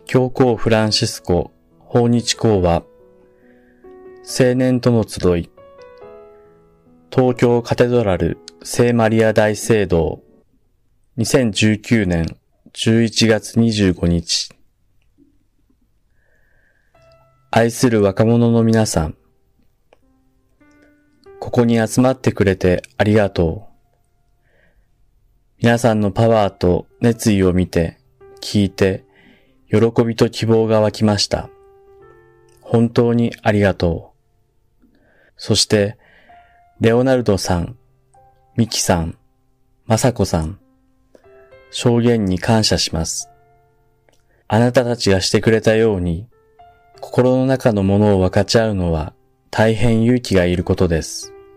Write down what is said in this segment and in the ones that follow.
教皇フランシスコ訪日講話青年との集い東京カテドラル聖マリア大聖堂2019年11月25日愛する若者の皆さん、ここに集まってくれてありがとう。皆さんのパワーと熱意を見て、聞いて、喜びと希望が湧きました。本当にありがとう。そして、レオナルドさん、ミキさん、マサコさん、証言に感謝します。あなたたちがしてくれたように、心の中のものを分かち合うのは大変勇気がいることです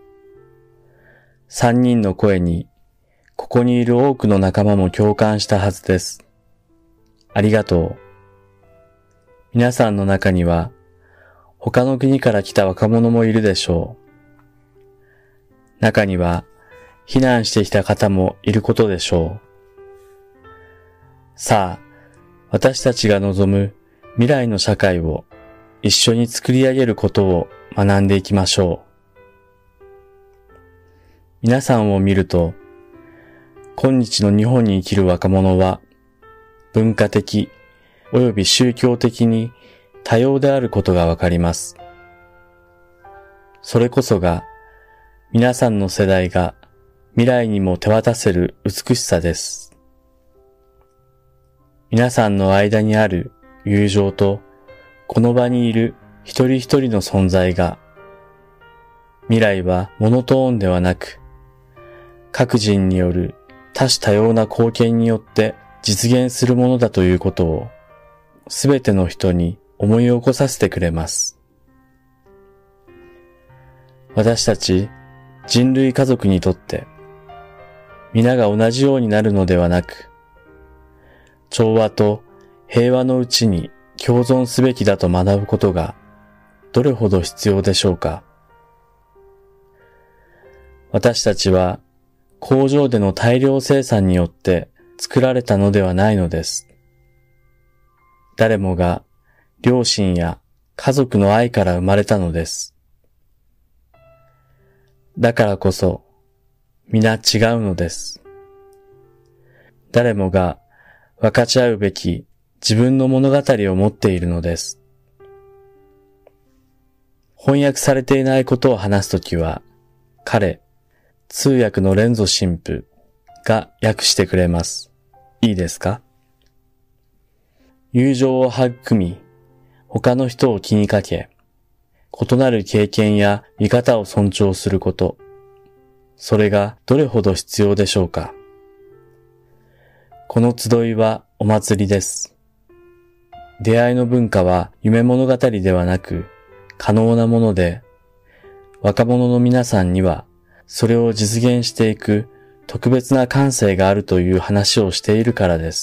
。3人の声に、ここにいる多くの仲間も共感したはずです。ありがとう。皆さんの中には、他の国から来た若者もいるでしょう。中には、避難してきた方もいることでしょう。さあ、私たちが望む未来の社会を一緒に作り上げることを学んでいきましょう。皆さんを見ると、今日の日本に生きる若者は、文化的及び宗教的に多様であることがわかります。それこそが皆さんの世代が未来にも手渡せる美しさです。皆さんの間にある友情とこの場にいる一人一人の存在が未来はモノトーンではなく各人による多種多様な貢献によって実現するものだということをすべての人に思い起こさせてくれます。私たち人類家族にとって皆が同じようになるのではなく調和と平和のうちに共存すべきだと学ぶことがどれほど必要でしょうか。私たちは工場での大量生産によって作られたのではないのです。誰もが両親や家族の愛から生まれたのです。だからこそ皆違うのです。誰もが分かち合うべき自分の物語を持っているのです。翻訳されていないことを話すときは、通訳のレンゾ神父が訳してくれます。いいですか？友情を育み、他の人を気にかけ、異なる経験や見方を尊重すること、それがどれほど必要でしょうか。この集いはお祭りです。出会いの文化は夢物語ではなく可能なもので、若者の皆さんにはそれを実現していく特別な感性があるという話をしているからです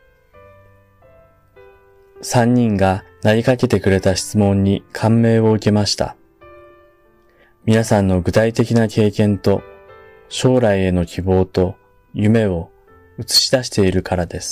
。3人が投げかけてくれた質問に感銘を受けました。皆さんの具体的な経験と将来への希望と夢を映し出しているからです。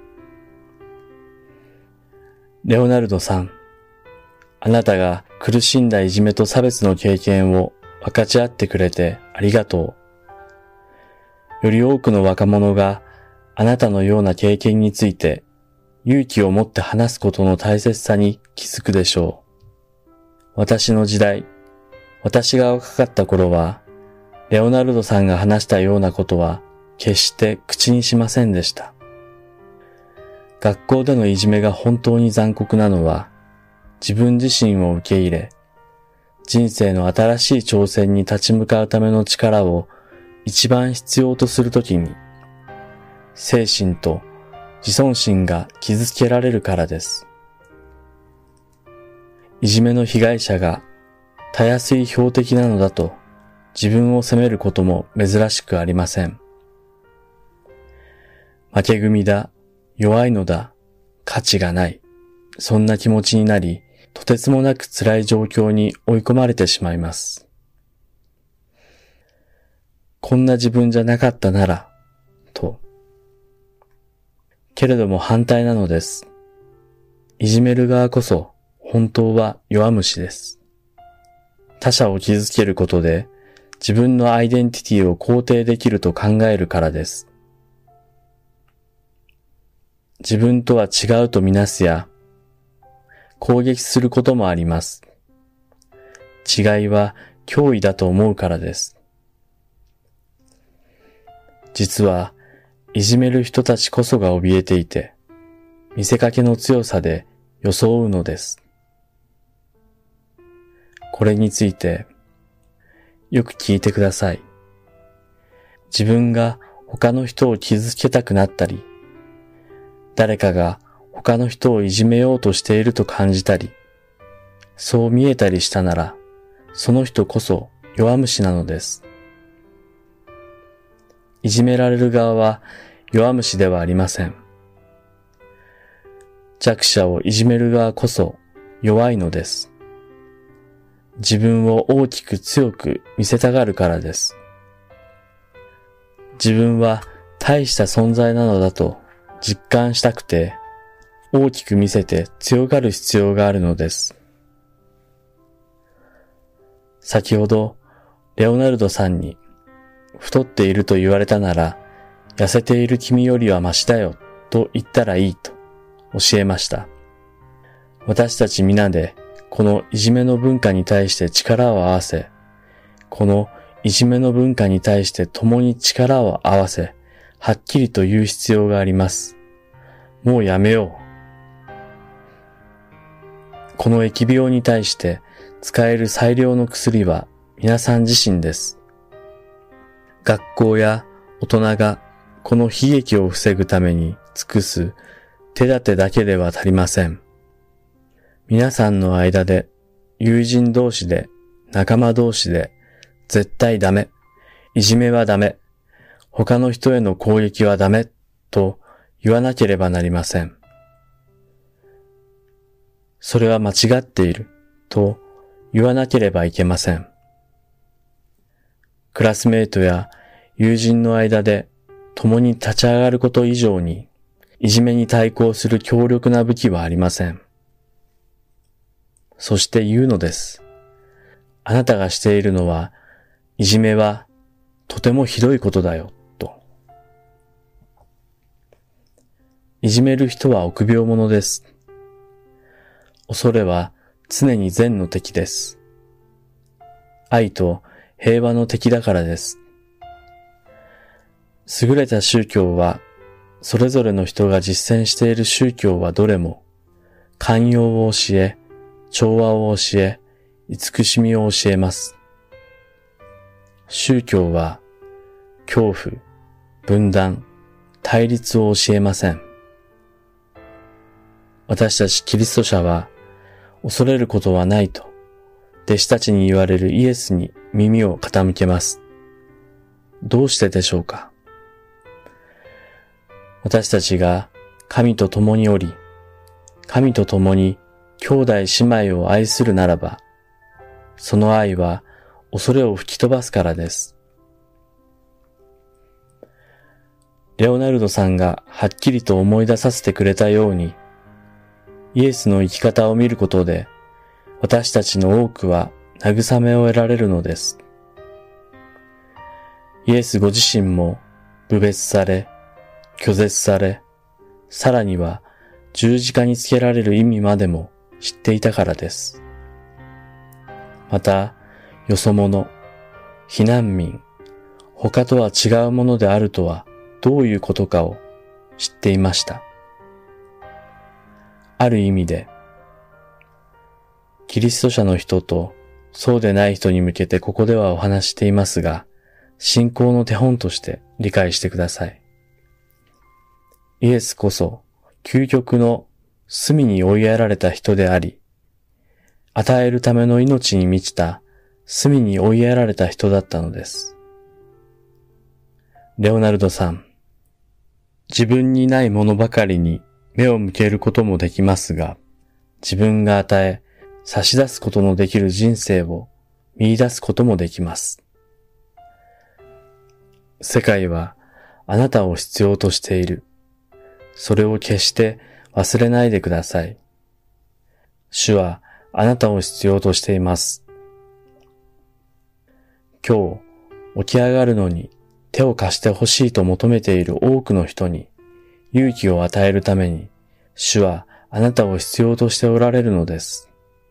レオナルドさん、あなたが苦しんだいじめと差別の経験を分かち合ってくれてありがとう。より多くの若者があなたのような経験について勇気を持って話すことの大切さに気づくでしょう。私の時代、私が若かった頃は、レオナルドさんが話したようなことは決して口にしませんでした。学校でのいじめが本当に残酷なのは、自分自身を受け入れ、人生の新しい挑戦に立ち向かうための力を一番必要とするときに、精神と自尊心が傷つけられるからです。いじめの被害者がたやすい標的なのだと自分を責めることも珍しくありません。負け組だ、弱いのだ、価値がない、そんな気持ちになり、とてつもなく辛い状況に追い込まれてしまいます。こんな自分じゃなかったなら、と。けれども反対なのです。 いじめる側こそ本当は弱虫です。他者を傷つけることで自分のアイデンティティを肯定できると考えるからです。自分とは違うとみなすや攻撃することもあります。違いは脅威だと思うからです。実はいじめる人たちこそが怯えていて、見せかけの強さで装うのです。これについてよく聞いてください。自分が他の人を傷つけたくなったり、誰かが他の人をいじめようとしていると感じたり、そう見えたりしたなら、その人こそ弱虫なのです。いじめられる側は弱虫ではありません。弱者をいじめる側こそ弱いのです。自分を大きく強く見せたがるからです。自分は大した存在なのだと実感したくて、大きく見せて強がる必要があるのです。先ほど、レオナルドさんに、太っていると言われたなら、痩せている君よりはマシだよ、と言ったらいいと教えました。私たち皆で、このいじめの文化に対して力を合わせ、このいじめの文化に対して共に力を合わせ、はっきりと言う必要があります。もうやめよう。この疫病に対して使える最良の薬は皆さん自身です。学校や大人がこの悲劇を防ぐために尽くす手立てだけでは足りません。皆さんの間で、友人同士で、仲間同士で、絶対ダメ、いじめはダメ、他の人への攻撃はダメ、と言わなければなりません。それは間違っている、と言わなければいけません。クラスメートや友人の間で共に立ち上がること以上に、いじめに対抗する強力な武器はありません。そして言うのです。あなたがしているのは、いじめはとてもひどいことだよ、と。いじめる人は臆病者です。恐れは常に善の敵です。愛と平和の敵だからです。優れた宗教は、それぞれの人が実践している宗教はどれも、寛容を教え、調和を教え、慈しみを教えます。宗教は、恐怖、分断、対立を教えません。私たちキリスト者は、恐れることはないと、弟子たちに言われるイエスに耳を傾けます。どうしてでしょうか？私たちが神と共におり、神と共に兄弟姉妹を愛するならば、その愛は恐れを吹き飛ばすからです。レオナルドさんがはっきりと思い出させてくれたように、イエスの生き方を見ることで、私たちの多くは慰めを得られるのです。イエスご自身も侮蔑され、拒絶され、さらには十字架につけられる意味までも知っていたからです。また、よそ者、避難民、他とは違うものであるとはどういうことかを知っていました。ある意味で、キリスト者の人とそうでない人に向けてここではお話していますが、信仰の手本として理解してください。イエスこそ究極の隅に追いやられた人であり、与えるための命に満ちた隅に追いやられた人だったのです。レオナルドさん、自分にないものばかりに目を向けることもできますが、自分が与え、差し出すことのできる人生を見出すこともできます。世界はあなたを必要としている。それを決して忘れないでください。 主はあなたを必要としています。今日、起き上がるのに手を貸してほしいと求めている多くの人に勇気を与えるために、主はあなたを必要としておられるのです。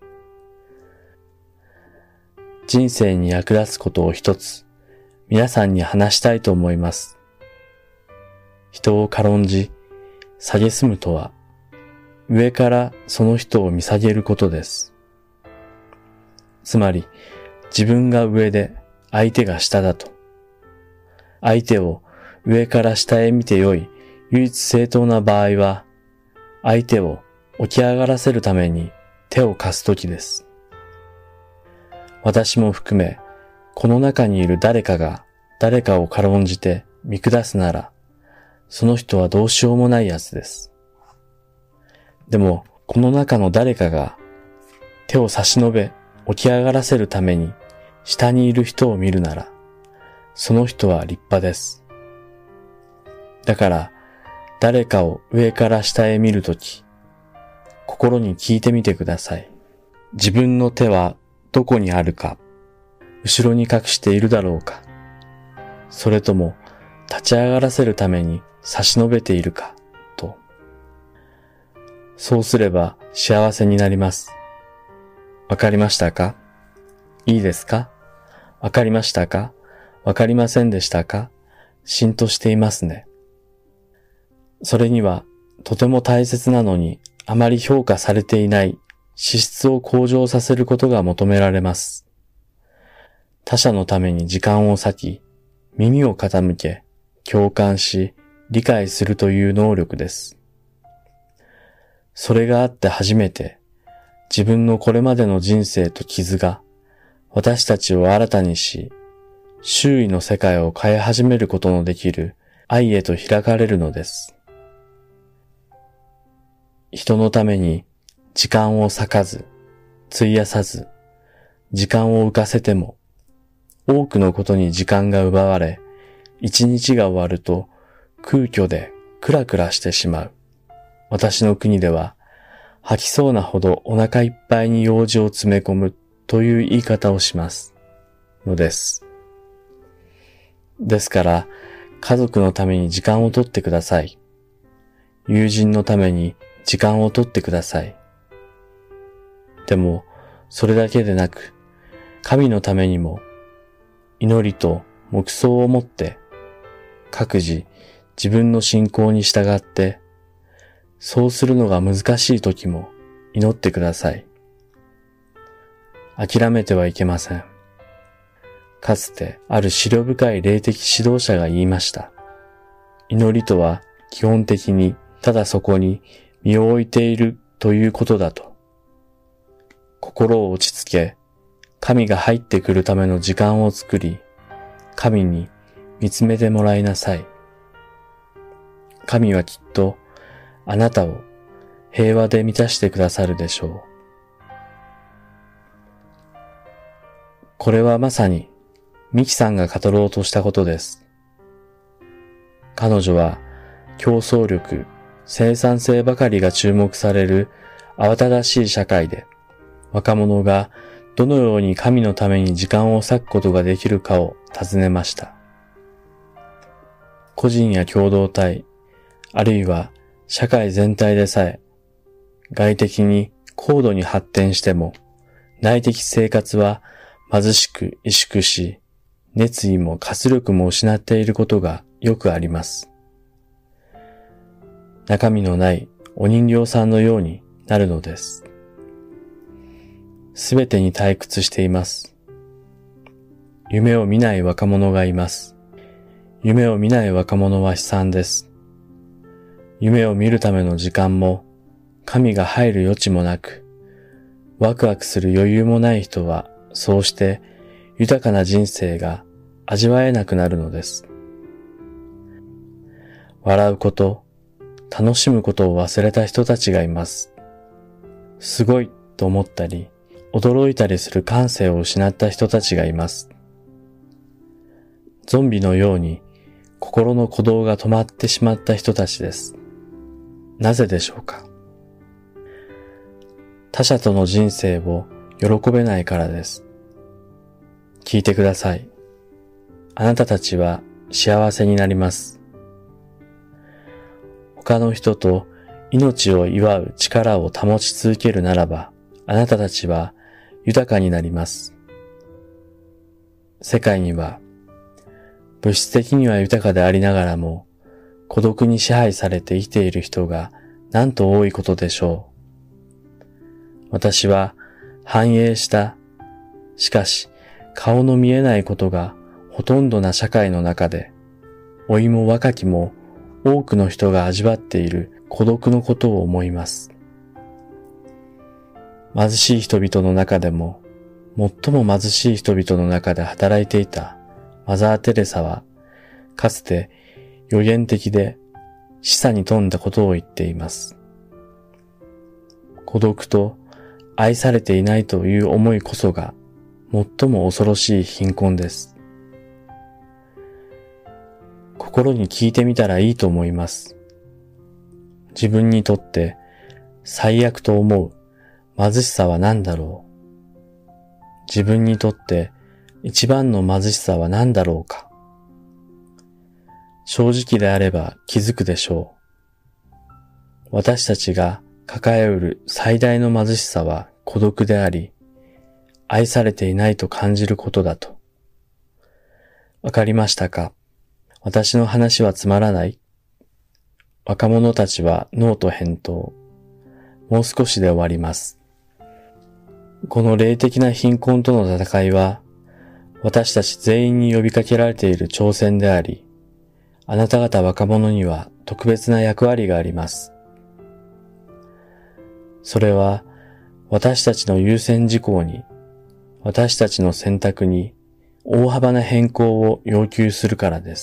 人生に役立つことを一つ、皆さんに話したいと思います。人を軽んじ、蔑むとは、上からその人を見下げることです。つまり、自分が上で相手が下だと。相手を上から下へ見てよい唯一正当な場合は、相手を起き上がらせるために手を貸すときです。私も含め、この中にいる誰かが誰かを軽んじて見下すなら、その人はどうしようもないやつです。でも、この中の誰かが手を差し伸べ起き上がらせるために下にいる人を見るなら、その人は立派です。だから、誰かを上から下へ見るとき、心に聞いてみてください。自分の手はどこにあるか、後ろに隠しているだろうか、それとも立ち上がらせるために差し伸べているか、と。そうすれば幸せになります。わかりましたか？いいですか？わかりましたか？わかりませんでしたか？浸透していますね。それにはとても大切なのにあまり評価されていない資質を向上させることが求められます。他者のために時間を割き、耳を傾け、共感し、理解するという能力です。それがあって初めて、自分のこれまでの人生と傷が、私たちを新たにし、周囲の世界を変え始めることのできる愛へと開かれるのです。人のために時間を割かず、費やさず、時間を浮かせても、多くのことに時間が奪われ、一日が終わると空虚でクラクラしてしまう。私の国では、吐きそうなほどお腹いっぱいに用事を詰め込むという言い方をしますのです。ですから、家族のために時間を取ってください。友人のために時間を取ってください。でも、それだけでなく、神のためにも、祈りと黙想をもって、各自自分の信仰に従って、そうするのが難しい時も祈ってください。諦めてはいけません。かつてある思慮深い霊的指導者が言いました。祈りとは基本的にただそこに身を置いているということだと。心を落ち着け、神が入ってくるための時間を作り、神に見つめてもらいなさい。神はきっとあなたを平和で満たしてくださるでしょう。これはまさにミキさんが語ろうとしたことです。彼女は競争力、生産性ばかりが注目される慌ただしい社会で、若者がどのように神のために時間を割くことができるかを尋ねました。個人や共同体、あるいは社会全体でさえ、外的に高度に発展しても、内的生活は貧しく萎縮し、熱意も活力も失っていることがよくあります。中身のないお人形さんのようになるのです。すべてに退屈しています。夢を見ない若者がいます。夢を見ない若者は悲惨です。夢を見るための時間も、神が入る余地もなく、ワクワクする余裕もない人は、そうして豊かな人生が味わえなくなるのです。笑うこと、楽しむことを忘れた人たちがいます。すごいと思ったり、驚いたりする感性を失った人たちがいます。ゾンビのように心の鼓動が止まってしまった人たちです。なぜでしょうか。 他者との人生を喜べないからです。聞いてください。あなたたちは幸せになります。他の人と命を祝う力を保ち続けるならば、あなたたちは豊かになります。世界には、物質的には豊かでありながらも、孤独に支配されて生きている人がなんと多いことでしょう。私は繁栄した、しかし顔の見えないことがほとんどな社会の中で、老いも若きも多くの人が味わっている孤独のことを思います。貧しい人々の中でも、最も貧しい人々の中で働いていたマザー・テレサは、かつて予言的で示唆に富んだことを言っています。孤独と愛されていないという思いこそが最も恐ろしい貧困です。心に聞いてみたらいいと思います。自分にとって最悪と思う貧しさは何だろう。自分にとって一番の貧しさは何だろうか。正直であれば気づくでしょう。私たちが抱えうる最大の貧しさは孤独であり、愛されていないと感じることだと。わかりましたか？私の話はつまらない？若者たちはノーと返答。もう少しで終わります。この霊的な貧困との戦いは、私たち全員に呼びかけられている挑戦であり、あなた方若者には特別な役割があります。それは、私たちの優先事項に、私たちの選択に大幅な変更を要求するからです。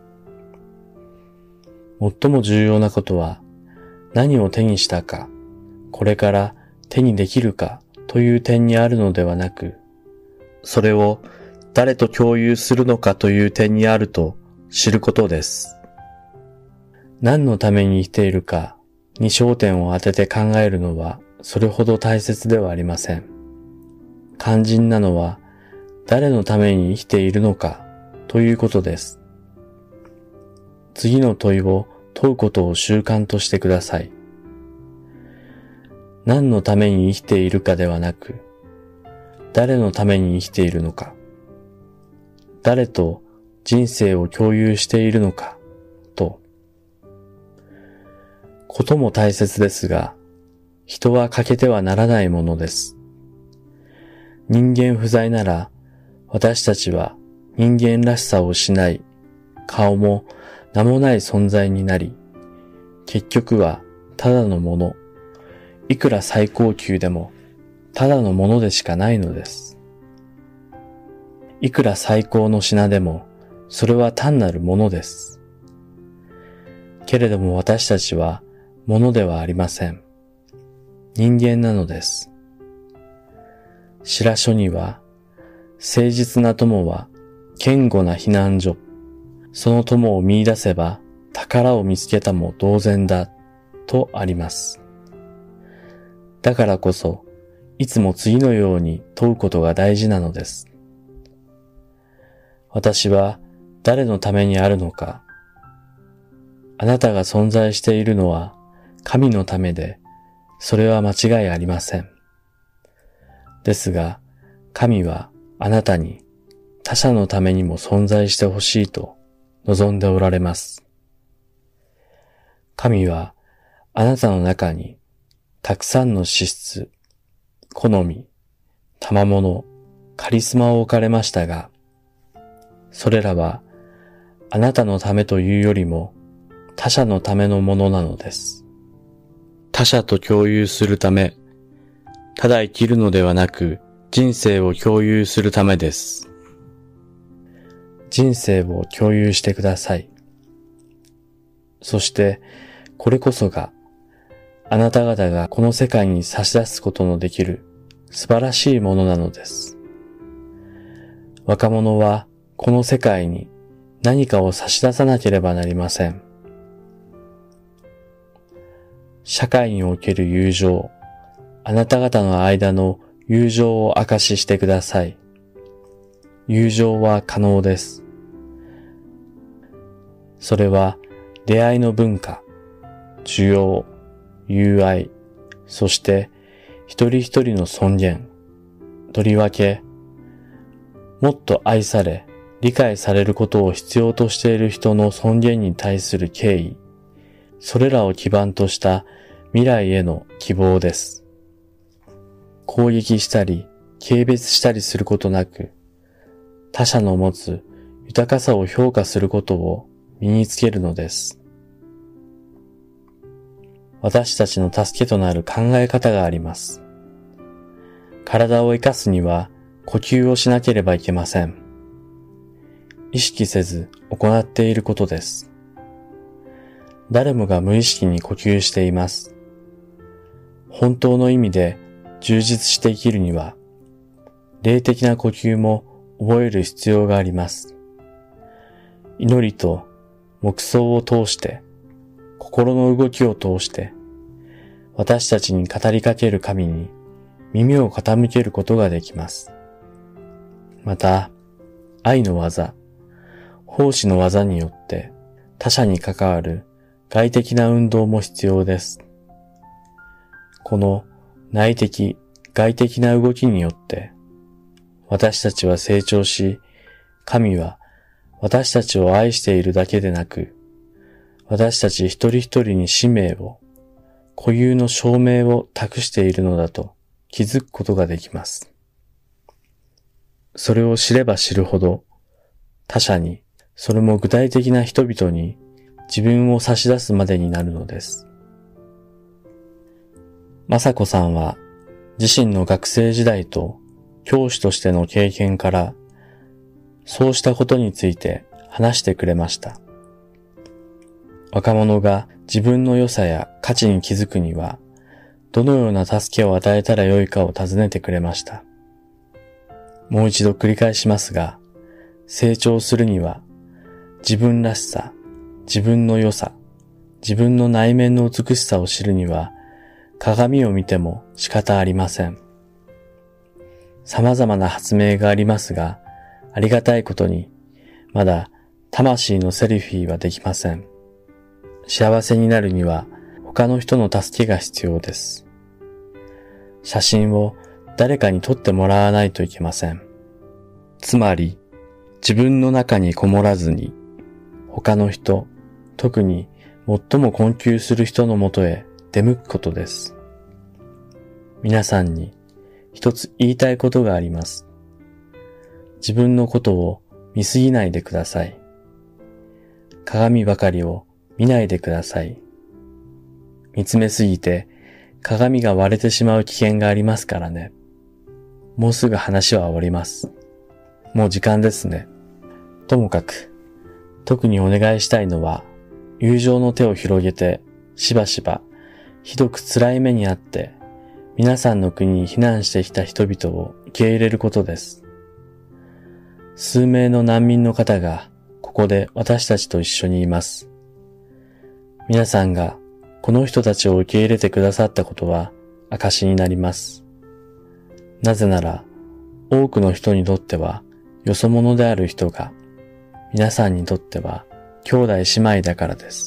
最も重要なことは、何を手にしたか、これから手にできるかという点にあるのではなく、それを誰と共有するのかという点にあると知ることです。何のために生きているかに焦点を当てて考えるのはそれほど大切ではありません。肝心なのは誰のために生きているのかということです。次の問いを問うことを習慣としてください。何のために生きているかではなく、誰のために生きているのか、誰と人生を共有しているのか、と。ことも大切ですが、人は欠けてはならないものです。人間不在なら、私たちは人間らしさを失い、顔も名もない存在になり、結局はただのもの、いくら最高級でもただのものでしかないのです。いくら最高の品でもそれは単なるものです。けれども私たちはものではありません。人間なのです。白書には、誠実な友は堅固な避難所、その友を見出せば宝を見つけたも同然だとあります。だからこそ、いつも次のように問うことが大事なのです。私は誰のためにあるのか。あなたが存在しているのは神のためで、それは間違いありません。ですが、神はあなたに他者のためにも存在してほしいと望んでおられます。神はあなたの中にたくさんの資質、好み、賜物、カリスマを置かれましたが、それらはあなたのためというよりも他者のためのものなのです。他者と共有するため、ただ生きるのではなく人生を共有するためです。人生を共有してください。そしてこれこそがあなた方がこの世界に差し出すことのできる素晴らしいものなのです。若者はこの世界に何かを差し出さなければなりません。社会における友情、 あなた方の間の友情を証ししてください。友情は可能です。それは出会いの文化、需要、友愛、そして一人一人の尊厳、とりわけ、もっと愛され、理解されることを必要としている人の尊厳に対する敬意、それらを基盤とした未来への希望です。攻撃したり、軽蔑したりすることなく、他者の持つ豊かさを評価することを身につけるのです。私たちの助けとなる考え方があります。体を生かすには呼吸をしなければいけません。意識せず行っていることです。誰もが無意識に呼吸しています。本当の意味で充実して生きるには、霊的な呼吸も覚える必要があります。祈りと黙想を通して、心の動きを通して、私たちに語りかける神に耳を傾けることができます。また、愛の技、奉仕の技によって他者に関わる外的な運動も必要です。この内的、外的な動きによって私たちは成長し、神は私たちを愛しているだけでなく、私たち一人一人に使命を、固有の証明を託しているのだと気づくことができます。それを知れば知るほど、他者に、それも具体的な人々に自分を差し出すまでになるのです。雅子さんは自身の学生時代と教師としての経験から、そうしたことについて話してくれました。若者が自分の良さや価値に気づくには、どのような助けを与えたらよいかを尋ねてくれました。もう一度繰り返しますが、成長するには、自分らしさ、自分の良さ、自分の内面の美しさを知るには、鏡を見ても仕方ありません。様々な発明がありますが、ありがたいことに、まだ魂のセルフィーはできません。幸せになるには他の人の助けが必要です。写真を誰かに撮ってもらわないといけません。つまり、自分の中にこもらずに、他の人、特に最も困窮する人のもとへ出向くことです。皆さんに一つ言いたいことがあります。自分のことを見すぎないでください。鏡ばかりを見ないでください。見つめすぎて鏡が割れてしまう危険がありますからね。もうすぐ話は終わります。もう時間ですね。ともかく、特にお願いしたいのは、友情の手を広げて、しばしば、ひどく辛い目にあって、皆さんの国に避難してきた人々を受け入れることです。数名の難民の方が、ここで私たちと一緒にいます。皆さんが、この人たちを受け入れてくださったことは、証になります。なぜなら、多くの人にとっては、よそ者である人が、皆さんにとっては、兄弟姉妹だからです。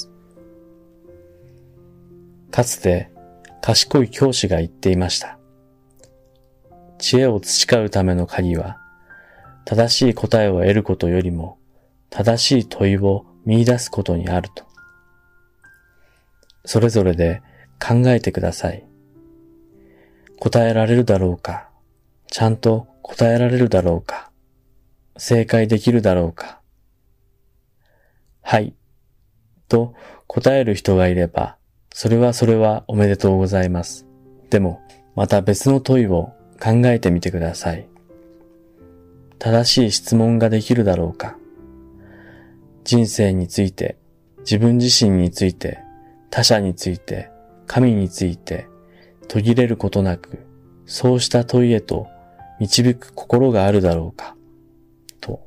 かつて、賢い教師が言っていました。知恵を培うための鍵は、正しい答えを得ることよりも、正しい問いを見出すことにあると。それぞれで考えてください。答えられるだろうか、ちゃんと答えられるだろうか、正解できるだろうか。はい、と答える人がいれば、それはおめでとうございます。でも、また別の問いを考えてみてください。正しい質問ができるだろうか。人生について、自分自身について、他者について、神について、途切れることなく、そうした問いへと導く心があるだろうか、と。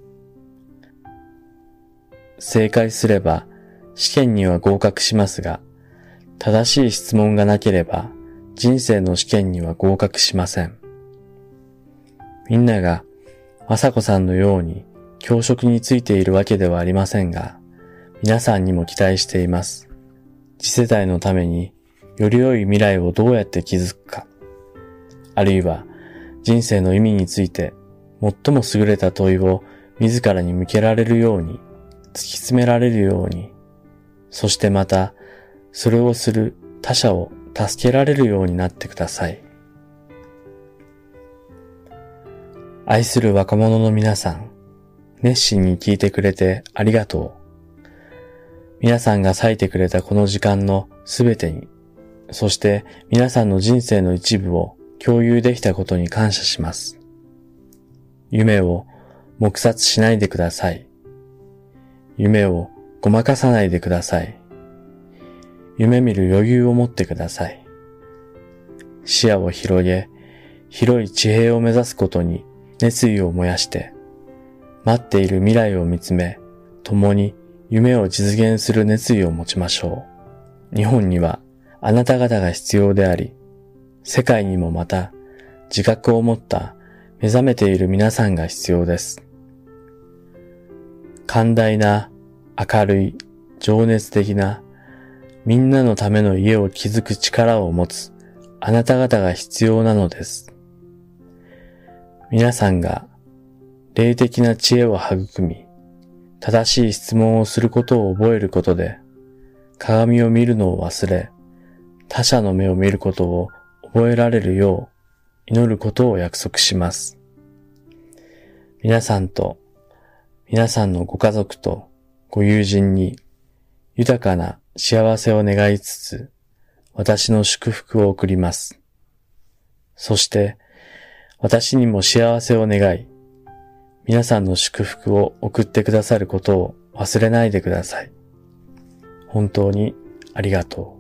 正解すれば試験には合格しますが、正しい質問がなければ人生の試験には合格しません。みんなが雅子さんのように教職についているわけではありませんが、皆さんにも期待しています。次世代のためにより良い未来をどうやって築くか、あるいは人生の意味について最も優れた問いを自らに向けられるように、突き詰められるように、そしてまたそれをする他者を助けられるようになってください。愛する若者の皆さん、熱心に聞いてくれてありがとう。皆さんが割いてくれたこの時間のすべてに、そして皆さんの人生の一部を共有できたことに感謝します。夢を黙殺しないでください。夢をごまかさないでください。夢見る余裕を持ってください。視野を広げ、広い地平を目指すことに熱意を燃やして、待っている未来を見つめ、共に夢を実現する熱意を持ちましょう。日本にはあなた方が必要であり、世界にもまた自覚を持った目覚めている皆さんが必要です。寛大な、明るい、情熱的な、みんなのための家を築く力を持つあなた方が必要なのです。皆さんが霊的な知恵を育み、正しい質問をすることを覚えることで、鏡を見るのを忘れ、他者の目を見ることを覚えられるよう祈ることを約束します。皆さんと、皆さんのご家族とご友人に豊かな幸せを願いつつ、私の祝福を送ります。そして、私にも幸せを願い、皆さんの祝福を送ってくださることを忘れないでください。本当にありがとう。